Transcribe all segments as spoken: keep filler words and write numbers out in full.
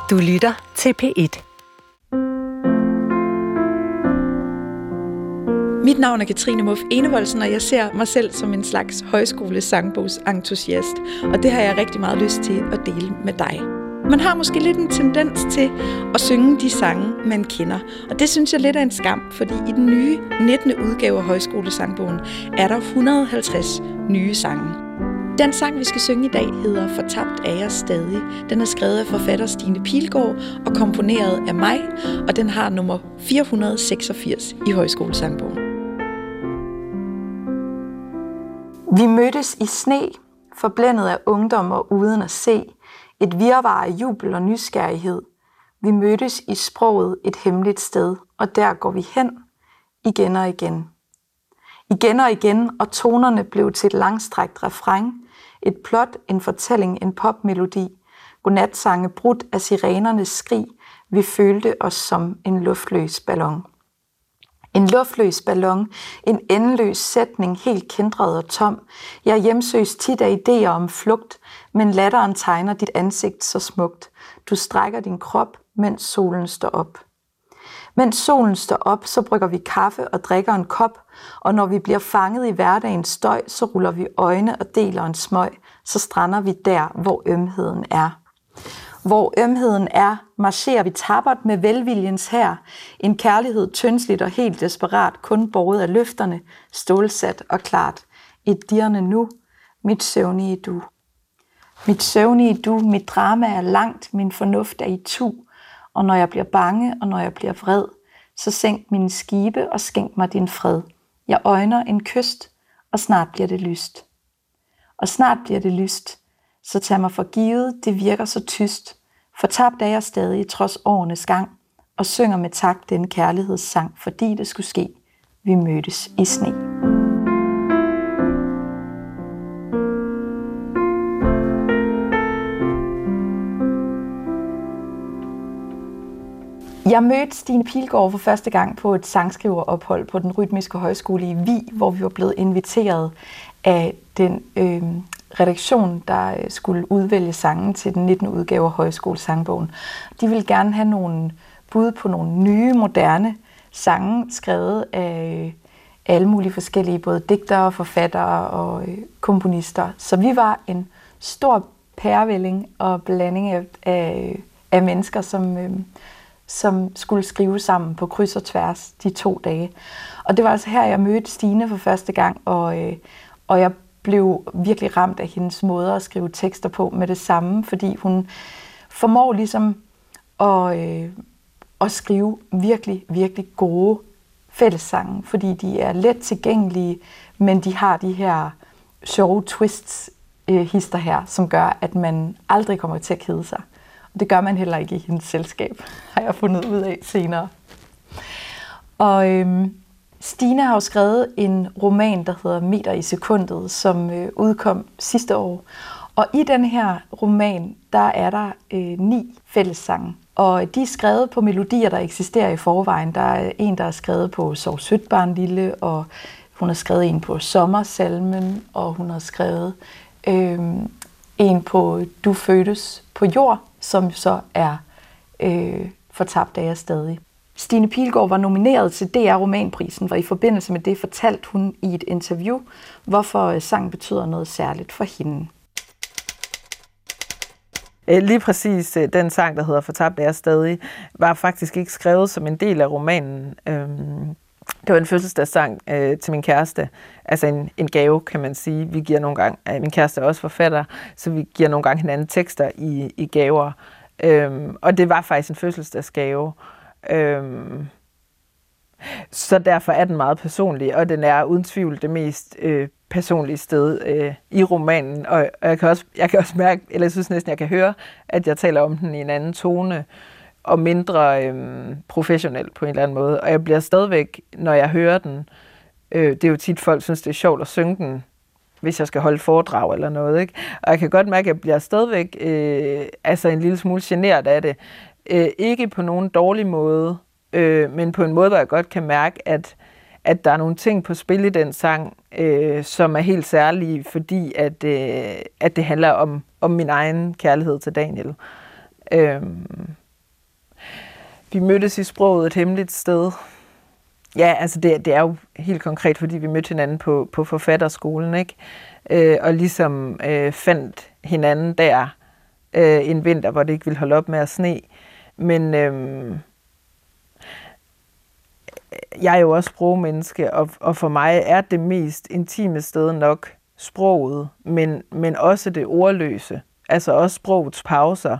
Du lytter til P et. Mit navn er Katrine Muff Enevoldsen, og jeg ser mig selv som en slags højskole-sangbogsentusiast, og det har jeg rigtig meget lyst til at dele med dig. Man har måske lidt en tendens til at synge de sange, man kender, og det synes jeg lidt er en skam, fordi i den nye nittende udgave af Højskolesangbogen er der et hundrede og halvtreds nye sange. Den sang, vi skal synge i dag, hedder Fortabt er jeg stadig. Den er skrevet af forfatter Stine Pilgaard og komponeret af mig, og den har nummer fire hundrede og seksogfirs i Højskolesangbogen. Vi mødtes i sne, forblændet af ungdom og uden at se, et virvar af jubel og nysgerrighed. Vi mødtes i sproget et hemmeligt sted, og der går vi hen, igen og igen. Igen og igen, og tonerne blev til et langstrækt refræn, et plot, en fortælling, en popmelodi, godnatsange brudt af sirenernes skrig, vi følte os som en luftløs ballon. En luftløs ballon, en endeløs sætning, helt kæntret og tom. Jeg hjemsøges tit af idéer om flugt, men latteren tegner dit ansigt så smukt. Du strækker din krop, mens solen står op. Mens solen står op, så brygger vi kaffe og drikker en kop, og når vi bliver fanget i hverdagens støj, så ruller vi øjne og deler en smøg, så strander vi der, hvor ømheden er. Hvor ømheden er, marcherer vi tappert med velviljens hær, en kærlighed tyndsligt og helt desperat, kun båret af løfterne, stålsat og klart. Et dirrende nu, mit søvnige du. Mit søvnige du, mit drama er langt, min fornuft er i tu, og når jeg bliver bange, og når jeg bliver vred, så sænk mine skibe og skænk mig din fred. Jeg øjner en kyst, og snart bliver det lyst. Og snart bliver det lyst, så tag mig for givet, det virker så tyst. Fortabt er jeg stadig trods årenes gang, og synger med takt den kærlighedssang, fordi det skulle ske. Vi mødtes i sne. Jeg mødte Stine Pilgaard for første gang på et sangskriverophold på den Rytmiske Højskole i Vig, hvor vi var blevet inviteret af den øh, redaktion, der skulle udvælge sangen til den nittende udgave af Højskolesangbogen. De ville gerne have nogle bud på nogle nye, moderne sange, skrevet af alle mulige forskellige, både digtere, forfattere og øh, komponister. Så vi var en stor pærevælling og blanding af, af, af mennesker, som... Øh, som skulle skrive sammen på kryds og tværs de to dage. Og det var altså her, jeg mødte Stine for første gang, og, øh, og jeg blev virkelig ramt af hendes måde at skrive tekster på med det samme, fordi hun formår ligesom at, øh, at skrive virkelig, virkelig gode fællessange, fordi de er let tilgængelige, men de har de her sjove twists, øh, hister her, som gør, at man aldrig kommer til at kede sig. Det gør man heller ikke i hendes selskab, har jeg fundet ud af senere. Og øhm, Stine har jo skrevet en roman, der hedder Meter i sekundet, som øh, udkom sidste år. Og i den her roman, der er der øh, ni fællessange. Og de er skrevet på melodier, der eksisterer i forvejen. Der er en, der er skrevet på Sov sødt barn lille, og hun har skrevet en på Sommersalmen, og hun har skrevet øh, en på Du fødtes på jord, som så er øh, Fortabt er jeg stadig. Stine Pilgaard var nomineret til D R Romanprisen, og i forbindelse med det fortalte hun i et interview, hvorfor sangen betyder noget særligt for hende. Lige præcis den sang, der hedder Fortabt er jeg stadig, var faktisk ikke skrevet som en del af romanen. Det var en fødselsdagssang øh, til min kæreste. Altså en, en gave, kan man sige. Vi giver nogle gange, øh, min kæreste er også forfatter, så vi giver nogle gange hinanden tekster i, i gaver. Øhm, og det var faktisk en fødselsdagsgave. Øhm, så derfor er den meget personlig, og den er uden tvivl det mest øh, personlige sted øh, i romanen. Og, og jeg, kan også, jeg kan også mærke, eller jeg synes næsten, jeg kan høre, at jeg taler om den i en anden tone, og mindre øhm, professionelt på en eller anden måde. Og jeg bliver stadigvæk, når jeg hører den, øh, det er jo tit, folk synes, det er sjovt at synge den, hvis jeg skal holde foredrag eller noget, ikke? Og jeg kan godt mærke, at jeg bliver stadigvæk øh, altså en lille smule generet af det. Øh, ikke på nogen dårlig måde, øh, men på en måde, hvor jeg godt kan mærke, at, at der er nogle ting på spil i den sang, øh, som er helt særlige, fordi at, øh, at det handler om, om min egen kærlighed til Daniel. Øhm, vi mødtes i sproget et hemmeligt sted. Ja, altså det, det er jo helt konkret, fordi vi mødte hinanden på, på forfatterskolen, ikke? Øh, og ligesom øh, fandt hinanden der øh, en vinter, hvor det ikke ville holde op med at sne. Men øh, jeg er jo også sprogmenneske, og, og for mig er det mest intime sted nok sproget, men, men også det ordløse. Altså også sprogets pauser.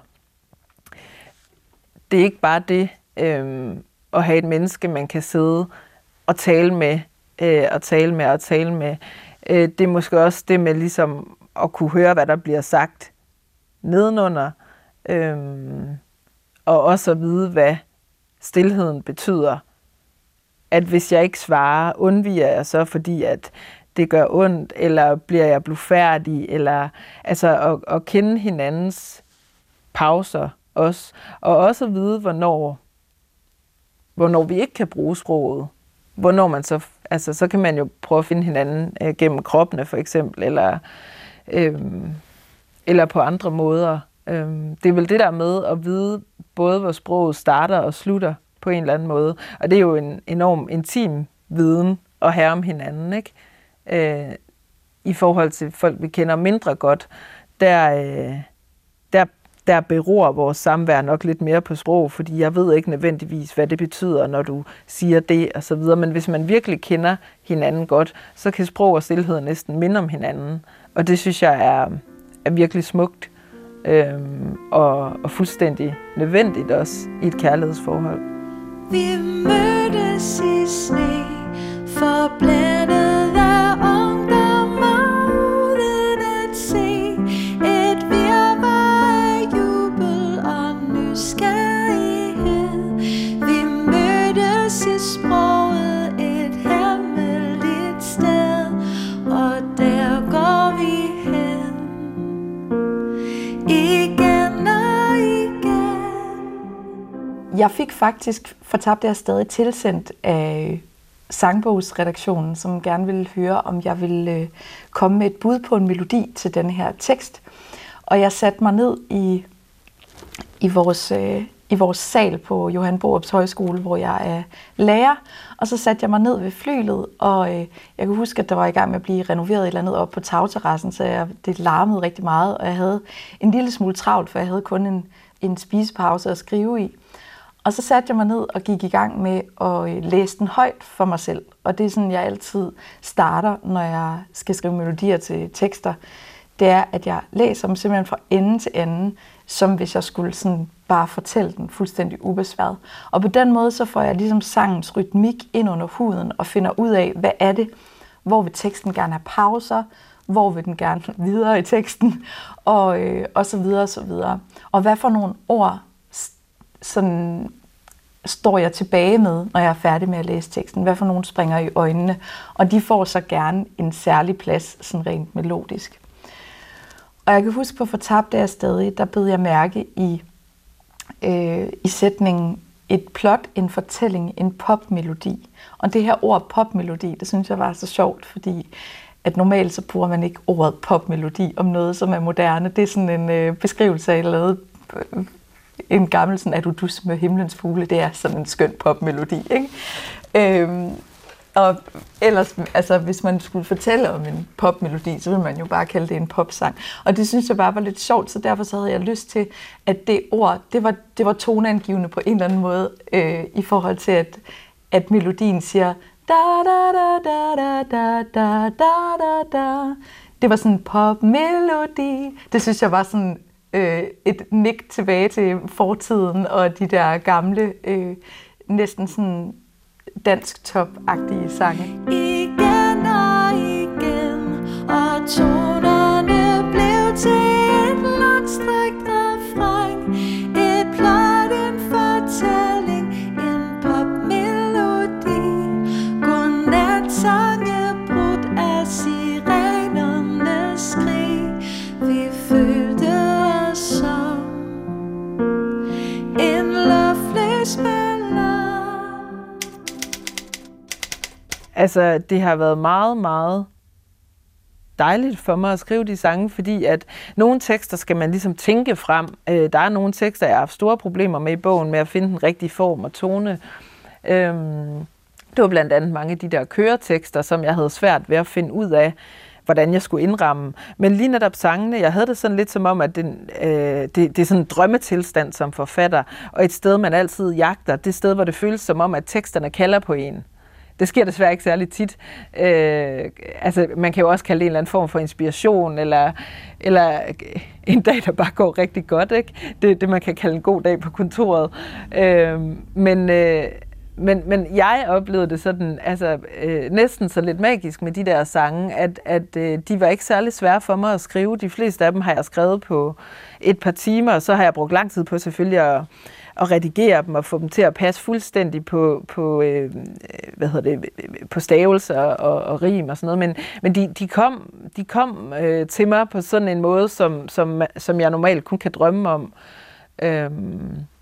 Det er ikke bare det øh, at have et menneske, man kan sidde og tale med, øh, og tale med, og tale med. Øh, det er måske også det med ligesom at kunne høre, hvad der bliver sagt nedenunder, øh, og også at vide, hvad stilheden betyder. At hvis jeg ikke svarer, undviger jeg så, fordi at det gør ondt, eller bliver jeg blufærdig, eller altså at, at kende hinandens pauser også, og også at vide, hvornår, hvornår vi ikke kan bruge sproget. Hvornår man så, altså så kan man jo prøve at finde hinanden øh, gennem kroppene for eksempel, eller, øh, eller på andre måder. Øh, det er vel det der med at vide både, hvor sproget starter og slutter på en eller anden måde. Og det er jo en enorm intim viden at have om hinanden, ikke? Øh, I forhold til folk, vi kender mindre godt, der, øh, der, der beror vores samvær nok lidt mere på sprog, fordi jeg ved ikke nødvendigvis, hvad det betyder, når du siger det og så videre. Men hvis man virkelig kender hinanden godt, så kan sprog og stilhed næsten minde om hinanden. Og det synes jeg er, er virkelig smukt øh, og, og fuldstændig nødvendigt også i et kærlighedsforhold. Vi mødtes i sne, forblændet af ungdom uden at se et virvar af jubel og nysgerrighed. Vi mødtes i sproget et hemmeligt sted, og der går vi hen igen og igen. Jeg fik faktisk Fortabt er stadig tilsendt af Sangbogsredaktionen, som gerne ville høre, om jeg ville øh, komme med et bud på en melodi til denne her tekst. Og jeg satte mig ned i, i, vores, øh, i vores sal på Johan Borups Højskole, hvor jeg er lærer. Og så satte jeg mig ned ved flylet, og øh, jeg kunne huske, at der var i gang med at blive renoveret et eller andet op på tagterrassen, så jeg, det larmede rigtig meget, og jeg havde en lille smule travlt, for jeg havde kun en, en spisepause at skrive i. Og så satte jeg mig ned og gik i gang med at læse den højt for mig selv. Og det er sådan, jeg altid starter, når jeg skal skrive melodier til tekster. Det er, at jeg læser dem simpelthen fra ende til ende, som hvis jeg skulle sådan bare fortælle den fuldstændig ubesværet. Og på den måde, så får jeg ligesom sangens rytmik ind under huden og finder ud af, hvad er det, hvor vil teksten gerne have pauser, hvor vil den gerne videre i teksten, og, øh, og så videre og så videre. Og hvad for nogle ord sådan står jeg tilbage med, når jeg er færdig med at læse teksten. Hvad for nogle springer i øjnene? Og de får så gerne en særlig plads, sådan rent melodisk. Og jeg kan huske på Fortabt er stadig, der bed jeg mærke i, øh, i sætningen et plot, en fortælling, en popmelodi. Og det her ord popmelodi, det synes jeg var så sjovt, fordi at normalt så bruger man ikke ordet popmelodi om noget, som er moderne. Det er sådan en øh, beskrivelse af lavet øh, en gammel sådan, er du dus med himlens fugle, det er sådan en skøn popmelodi, ikke? Øhm, og ellers, altså hvis man skulle fortælle om en popmelodi, så ville man jo bare kalde det en popsang. Og det synes jeg bare var lidt sjovt, så derfor så havde jeg lyst til, at det ord, det var, det var toneangivende på en eller anden måde, øh, i forhold til, at, at melodien siger da da da da da da da da da. Det var sådan en popmelodi. Det synes jeg var sådan øh, et nik tilbage til fortiden og de der gamle, øh, næsten sådan dansk top-agtige sange. Igen og igen, og tonerne blev til et langstrækt refræn. Et plot, en fortælling, en popmelodi. Godnatsange brudt af sirenernes skrig. Vi følte os som en luftløs melodi. Altså, det har været meget, meget dejligt for mig at skrive de sange, fordi at nogle tekster skal man ligesom tænke frem. Øh, der er nogle tekster, jeg har haft store problemer med i bogen, med at finde den rigtige form og tone. Øhm, det var blandt andet mange af de der køretekster, som jeg havde svært ved at finde ud af, hvordan jeg skulle indramme. Men lige netop sangene, jeg havde det sådan lidt som om, at den, øh, det, det er sådan en drømmetilstand som forfatter, og et sted, man altid jagter, det sted, hvor det føles som om, at teksterne kalder på en. Det sker desværre ikke særlig tit. Øh, altså, man kan jo også kalde det en eller anden form for inspiration, eller, eller en dag, der bare går rigtig godt, ikke? Det, det man kan kalde en god dag på kontoret. Øh, men... Øh, Men, men jeg oplevede det sådan, altså øh, næsten så lidt magisk med de der sange, at, at øh, de var ikke særlig svære for mig at skrive. De fleste af dem har jeg skrevet på et par timer, og så har jeg brugt lang tid på selvfølgelig at, at redigere dem og få dem til at passe fuldstændig på, på, øh, hvad hedder det, på stavelser og, og rim og sådan noget. Men, men de, de kom, de kom øh, til mig på sådan en måde, som, som, som jeg normalt kun kan drømme om. Øhm,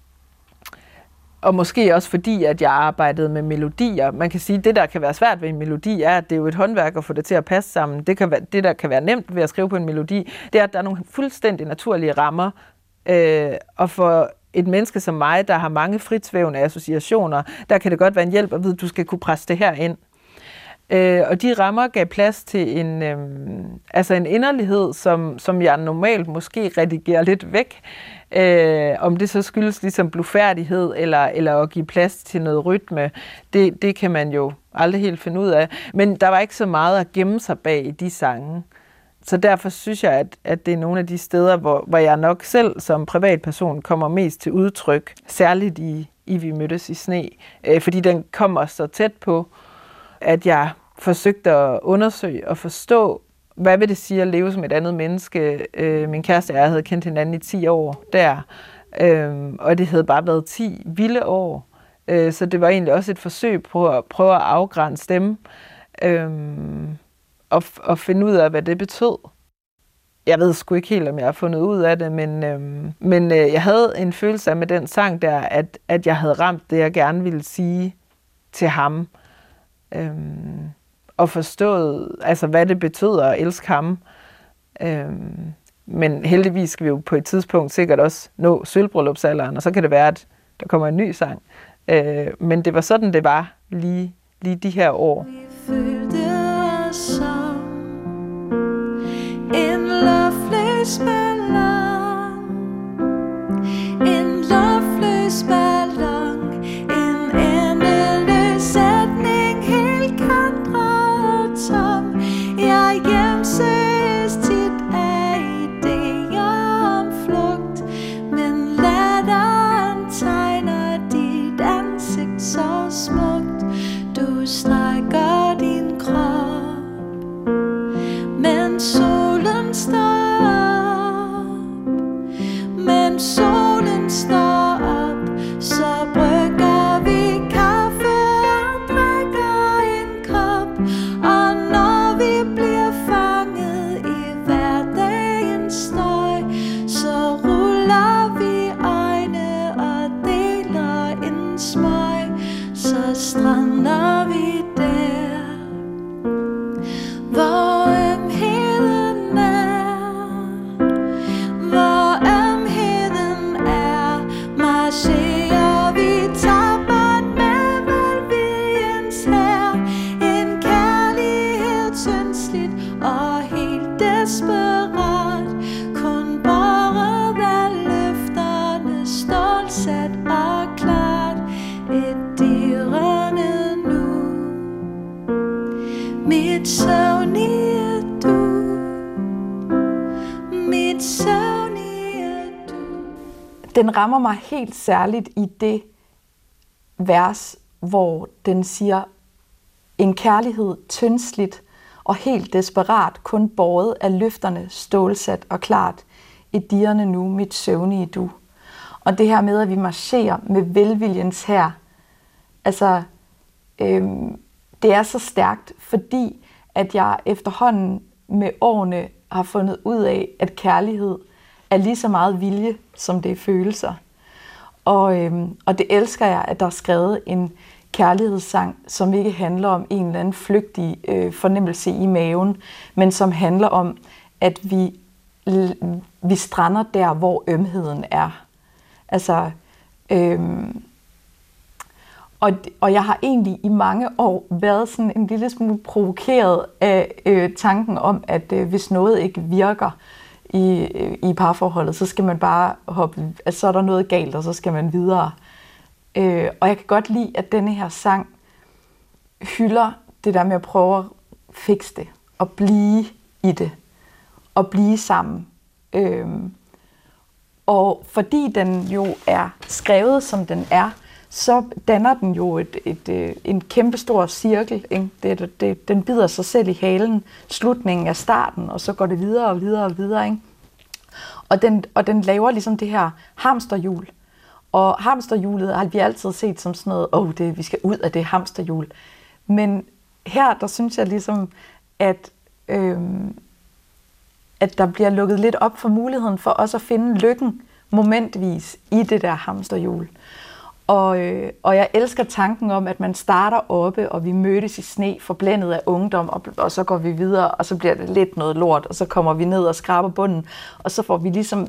Og måske også fordi, at jeg arbejdede med melodier. Man kan sige, at det, der kan være svært ved en melodi, er, at det er jo et håndværk at få det til at passe sammen. Det, kan være, det der kan være nemt ved at skrive på en melodi, det er, at der er nogle fuldstændig naturlige rammer. Øh, og for et menneske som mig, der har mange fritsvævende associationer, der kan det godt være en hjælp at vide, at du skal kunne presse det her ind. Øh, og de rammer gav plads til en, øh, altså en inderlighed, som, som jeg normalt måske redigerer lidt væk. Øh, om det så skyldes ligesom blufærdighed, eller, eller at give plads til noget rytme, det, det kan man jo aldrig helt finde ud af. Men der var ikke så meget at gemme sig bag i de sange. Så derfor synes jeg, at, at det er nogle af de steder, hvor, hvor jeg nok selv som privatperson kommer mest til udtryk, særligt i, i Vi mødtes i sne, øh, fordi den kommer så tæt på, at jeg forsøgte at undersøge og forstå, hvad vil det sige at leve som et andet menneske? Øh, min kæreste og jeg havde kendt hinanden i ti år der, øh, og det havde bare været ti vilde år. Øh, så det var egentlig også et forsøg på at prøve at afgrænse dem, øh, og, og finde ud af, hvad det betød. Jeg ved sgu ikke helt, om jeg har fundet ud af det, men, øh, men øh, jeg havde en følelse af med den sang der, at, at jeg havde ramt det, jeg gerne ville sige til ham. Øh, og forstået, altså, hvad det betyder at elske ham. Øhm, men heldigvis skal vi jo på et tidspunkt sikkert også nå sølvbryllupsalderen, og så kan det være, at der kommer en ny sang. Øh, men det var sådan, det var lige, lige de her år. Vi følte os som en lovløs ballon, en lovløs ballon, en endeløs sætning helt kantret tom. Jeg hjemsøges tit af idéer om flugt, men latteren tegner dit ansigt så smukt. Du strækker din krop, men solen står op, men solen står op, så brygger vi kaffe og drikker en kop. Og når vi bliver fanget i hverdagens støj, så ruller vi øjne og deler en smøg, så strander vi der, hvor ømheden er, hvor ømheden er. Marcherer vi tappert med velviljens hær, en kærlighed tyndsligt og helt desperat, kun båret af løfterne, stålsat og klart, et dirrende nu. Mit søvnige du, mit søvnige du. Den rammer mig helt særligt i det vers, hvor den siger, en kærlighed tyndsligt og helt desperat, kun båret af løfterne, stålsat og klart, et dirrende nu, mit søvnige du. Og det her med, at vi marcherer med velviljens hær, altså, øhm, det er så stærkt, fordi at jeg efterhånden med årene har fundet ud af, at kærlighed er lige så meget vilje, som det er følelser. Og, øhm, og det elsker jeg, at der er skrevet en, kærlighedssang, som ikke handler om en eller anden flygtig øh, fornemmelse i maven, men som handler om, at vi, vi strander der, hvor ømheden er. Altså, øhm, og, og jeg har egentlig i mange år været sådan en lille smule provokeret af øh, tanken om, at øh, hvis noget ikke virker i, øh, i parforholdet, så skal man bare hoppe, altså så er der noget galt, og så skal man videre. Øh, og jeg kan godt lide, at denne her sang hylder det der med at prøve at fikse det, og blive i det, og blive sammen. Øh, og fordi den jo er skrevet, som den er, så danner den jo et, et, et, en kæmpestor cirkel. Ikke? Det, det, den bider sig selv i halen, slutningen af starten, og så går det videre og videre og videre. Ikke? Og, den, og den laver ligesom det her hamsterhjul. Og hamsterhjulet har vi altid set som sådan noget, åh, oh, det, vi skal ud af det hamsterhjul. Men her, der synes jeg ligesom, at, øhm, at der bliver lukket lidt op for muligheden for også at finde lykken momentvis i det der hamsterhjul. Og, øh, og jeg elsker tanken om, at man starter oppe, og vi mødes i sne, forblændet af ungdom, og, og så går vi videre, og så bliver det lidt noget lort, og så kommer vi ned og skraber bunden, og så får vi ligesom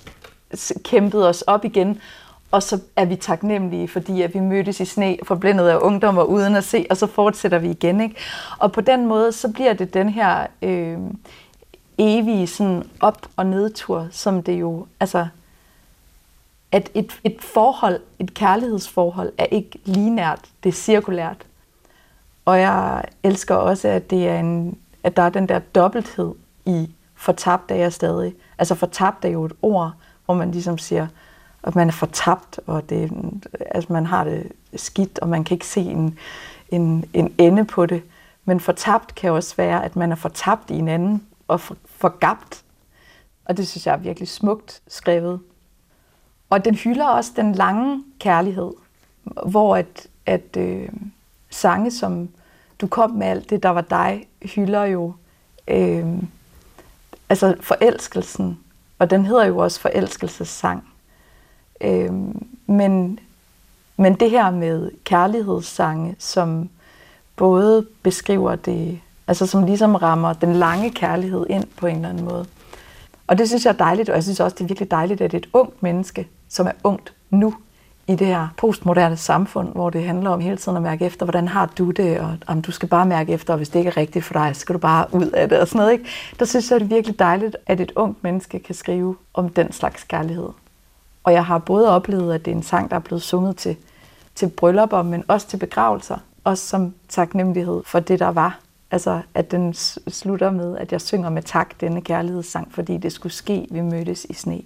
kæmpet os op igen, og så er vi taknemmelige, fordi at vi mødtes i sne, forblændet af ungdom og uden at se, og så fortsætter vi igen. Ikke? Og på den måde, så bliver det den her øh, evige sådan op- og nedtur, som det jo, altså, at et, et forhold, et kærlighedsforhold, er ikke lineært, det er cirkulært. Og jeg elsker også, at, det er en, at der er den der dobbelthed i fortabt er jeg stadig. Altså fortabt er jo et ord, hvor man ligesom siger, at man er fortabt, og det, altså man har det skidt, og man kan ikke se en, en, en ende på det. Men fortabt kan også være, at man er fortabt i en anden, og for, forgabt. Og det synes jeg er virkelig smukt skrevet. Og den hylder også den lange kærlighed, hvor at, at øh, sange som Du kom med alt det, der var dig, hylder jo øh, altså forelskelsen, og den hedder jo også forelskelsessang. Øh, men, men det her med kærlighedssange, som både beskriver det, altså som ligesom rammer den lange kærlighed ind på en eller anden måde. Og det synes jeg er dejligt, og jeg synes også, det er virkelig dejligt, at det er et ungt menneske, som er ungt nu, i det her postmoderne samfund, hvor det handler om hele tiden at mærke efter, hvordan har du det, og om du skal bare mærke efter, og hvis det ikke er rigtigt for dig, så skal du bare ud af det, og sådan noget, ikke? Der synes jeg, det er virkelig dejligt, at et ungt menneske kan skrive om den slags kærlighed. Og jeg har både oplevet, at det er en sang, der er blevet sunget til, til bryllupper, men også til begravelser, også som taknemmelighed for det, der var. Altså, at den slutter med, at jeg synger med tak denne kærlighedssang, fordi det skulle ske, vi mødtes i sne.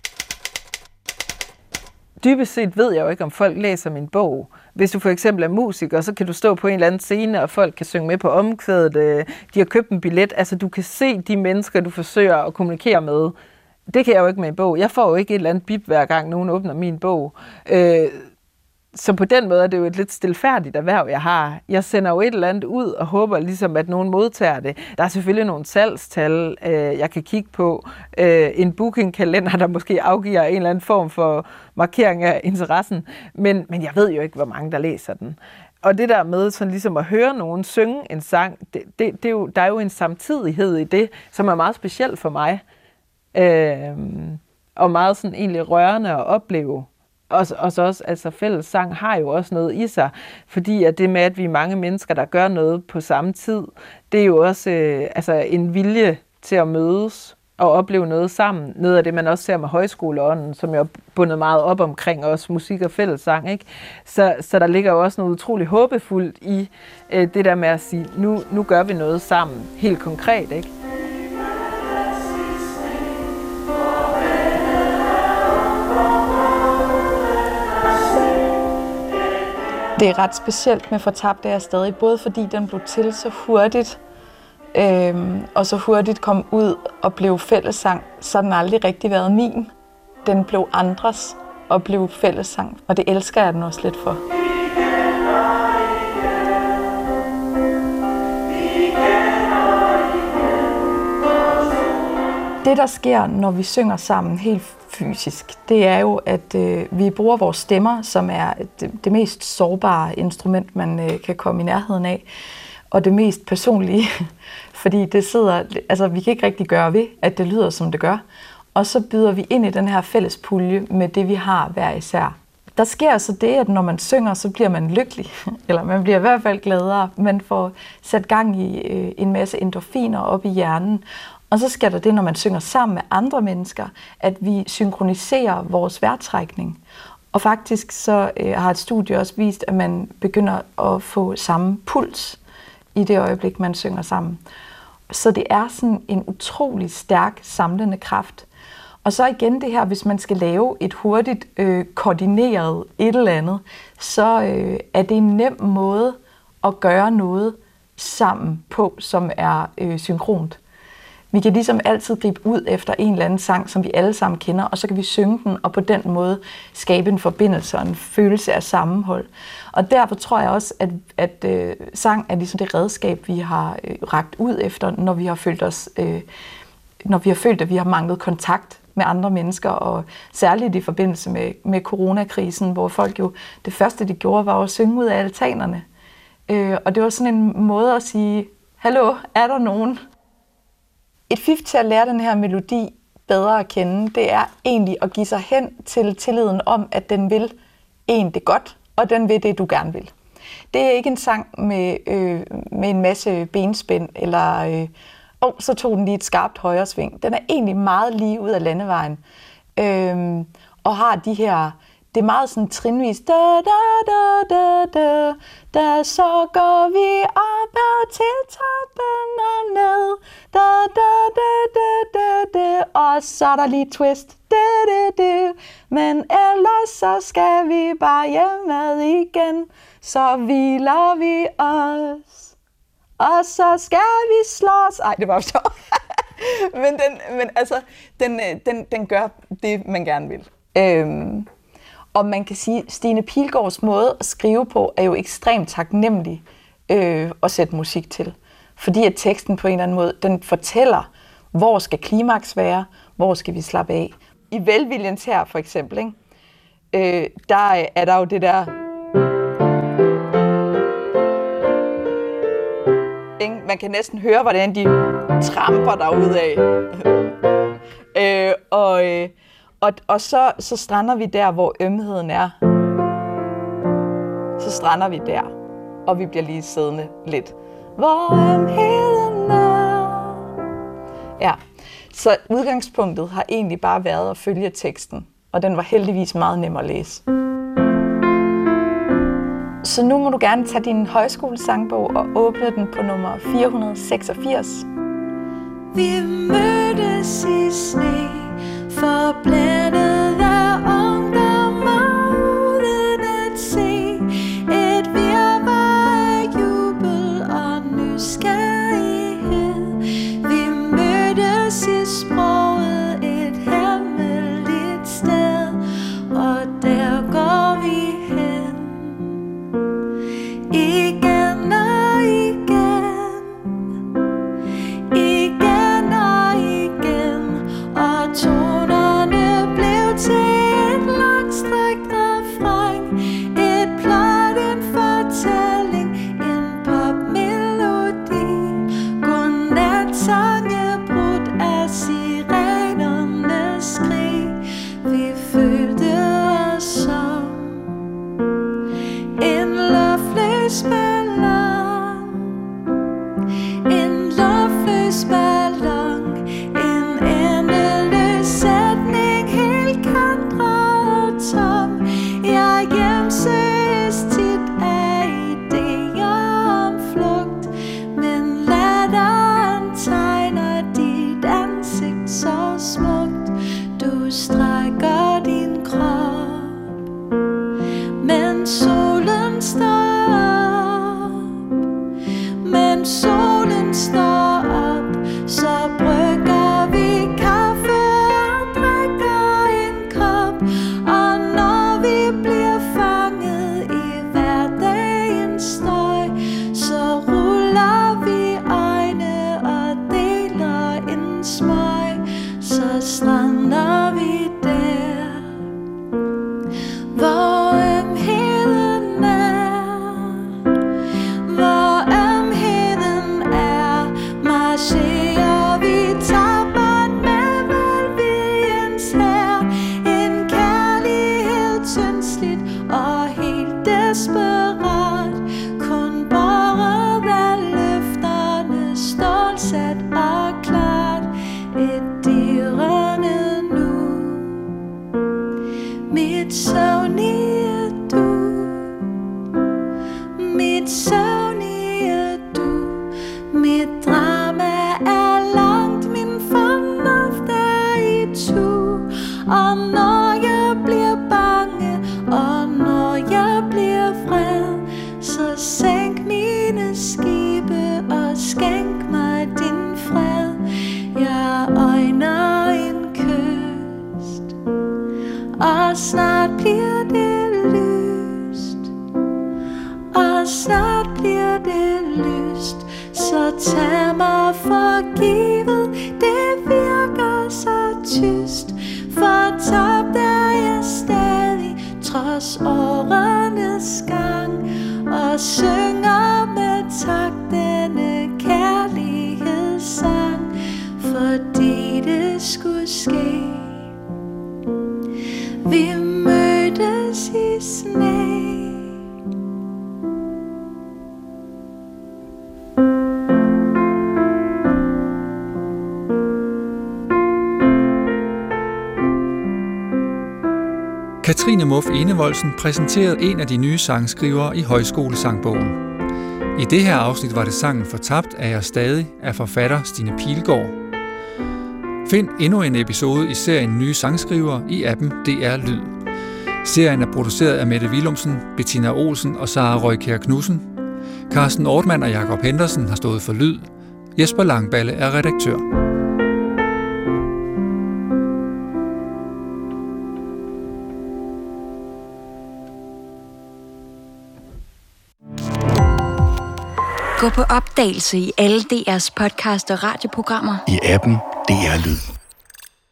Dybest set ved jeg jo ikke, om folk læser min bog. Hvis du for eksempel er musiker, så kan du stå på en eller anden scene, og folk kan synge med på omkvædet. De har købt en billet. Altså, du kan se de mennesker, du forsøger at kommunikere med. Det kan jeg jo ikke med en bog. Jeg får jo ikke et eller andet bip, hver gang nogen åbner min bog. Øh, Så på den måde er det jo et lidt stilfærdigt erhverv, jeg har. Jeg sender jo et eller andet ud og håber ligesom, at nogen modtager det. Der er selvfølgelig nogle salgstal, øh, jeg kan kigge på. Øh, en bookingkalender, der måske afgiver en eller anden form for markering af interessen. Men, men jeg ved jo ikke, hvor mange der læser den. Og det der med sådan ligesom at høre nogen synge en sang, det, det, det er jo, der er jo en samtidighed i det, som er meget speciel for mig. Øh, og meget sådan egentlig rørende at opleve. Og, og så også, altså fællessang har jo også noget i sig, fordi at det med, at vi er mange mennesker, der gør noget på samme tid, det er jo også øh, altså en vilje til at mødes og opleve noget sammen. Noget af det, man også ser med højskoleånden, som jo er bundet meget op omkring også musik og fællessang, ikke? Så, så der ligger jo også noget utroligt håbefuldt i øh, det der med at sige, nu, nu gør vi noget sammen, helt konkret, ikke? Det er ret specielt med Fortabt er jeg stadig, både fordi den blev til så hurtigt, øhm, og så hurtigt kom ud og blev fællessang, så har den aldrig rigtig været min. Den blev andres og blev fællessang, og det elsker jeg den også lidt for. Det, der sker, når vi synger sammen helt fysisk, det er jo, at øh, vi bruger vores stemmer, som er det, det mest sårbare instrument, man øh, kan komme i nærheden af, og det mest personlige, fordi det sidder, altså vi kan ikke rigtig gøre ved, at det lyder, som det gør. Og så byder vi ind i den her fælles pulje med det, vi har hver især. Der sker så det, at når man synger, så bliver man lykkelig, eller man bliver i hvert fald gladere. Man får sat gang i øh, en masse endorfiner op i hjernen. Og så sker der det, når man synger sammen med andre mennesker, at vi synkroniserer vores vejrtrækning. Og faktisk så øh, har et studie også vist, at man begynder at få samme puls i det øjeblik, man synger sammen. Så det er sådan en utrolig stærk samlende kraft. Og så igen det her, hvis man skal lave et hurtigt øh, koordineret et eller andet, så øh, er det en nem måde at gøre noget sammen på, som er øh, synkront. Vi kan ligesom altid gribe ud efter en eller anden sang, som vi alle sammen kender, og så kan vi synge den, og på den måde skabe en forbindelse og en følelse af sammenhold. Og derfor tror jeg også, at, at øh, sang er ligesom det redskab, vi har øh, rakt ud efter, når vi har følt os, øh, når vi har følt, at vi har manglet kontakt med andre mennesker, og særligt i forbindelse med, med coronakrisen, hvor folk jo, det første de gjorde, var at synge ud af altanerne. Øh, og det var sådan en måde at sige, hallo, er der nogen? Et fif til at lære den her melodi bedre at kende, det er egentlig at give sig hen til tilliden om, at den vil en det godt, og den vil det, du gerne vil. Det er ikke en sang med, øh, med en masse benspænd, eller øh, oh, så tog den lige et skarpt højre sving. Den er egentlig meget lige ud af landevejen, øh, og har de her, det er meget sådan trinvis, da, da, da, da, da, da, så går vi op og til toppen og ned, da, da, da, da, da, da, og så er der lige twist, da, da, da, men ellers så skal vi bare hjemad igen, så hviler vi os, og så skal vi slås. Ej, det var jo sjovt. men den, men altså, den, den, den gør det, man gerne vil. Øhm, Og man kan sige, at Stine Pilgaards måde at skrive på er jo ekstremt taknemmelig øh, at sætte musik til. Fordi at teksten på en eller anden måde, den fortæller, hvor skal klimaks være, hvor skal vi slappe af. I Velviljens her for eksempel, ikke? Øh, der er der jo det der... Ikke? Man kan næsten høre, hvordan de tramper derudad. øh, og... Øh, Og, og så, så strander vi der, hvor ømheden er. Så strander vi der, og vi bliver lige siddende lidt. Hvor ømheden er. Ja, så udgangspunktet har egentlig bare været at følge teksten, og den var heldigvis meget nem at læse. Så nu må du gerne tage din højskolesangbog og åbne den på nummer fire hundrede seksogfirs. Vi mødtes i sne, forblændet af ungdom og uden at se et virvar af jubel og nysgerrighed. Vi mødtes i sproget et hemmeligt sted, og der går vi hen igen og igen, igen og igen, og tonerne blev desperat. Kun bare hvad løfterne stålsat og klart. Et dirrende nu. Mit søvnige du. Mit søvnige du. Mit drama er langt, min fornuft er i tu. Og når jeg bliver bange, og når jeg bliver vred, så sænk mine skibe og skænk mig din fred. Jeg øjner en kyst, og snart bliver det lyst. Og snart bliver det lyst. Så tag mig for givet, det virker så tyst. Fortabt er jeg stadig, trods årenes gang. Og synger med takt denne kærlighedssang. Fordi det skulle ske. Vi mødtes i sne. Katrine Muff Enevoldsen præsenterede en af de nye sangskrivere i Højskolesangbogen. I det her afsnit var det sangen Fortabt er jeg stadig af forfatter Stine Pilgaard. Find endnu en episode i serien Nye Sangskrivere i appen D R Lyd. Serien er produceret af Mette Willumsen, Bettina Olsen og Sara Røykjær Knudsen. Carsten Ortmann og Jakob Henderson har stået for lyd. Jesper Langballe er redaktør. Gå på opdagelse i alle D R's podcast og radioprogrammer. I appen D R Lyd.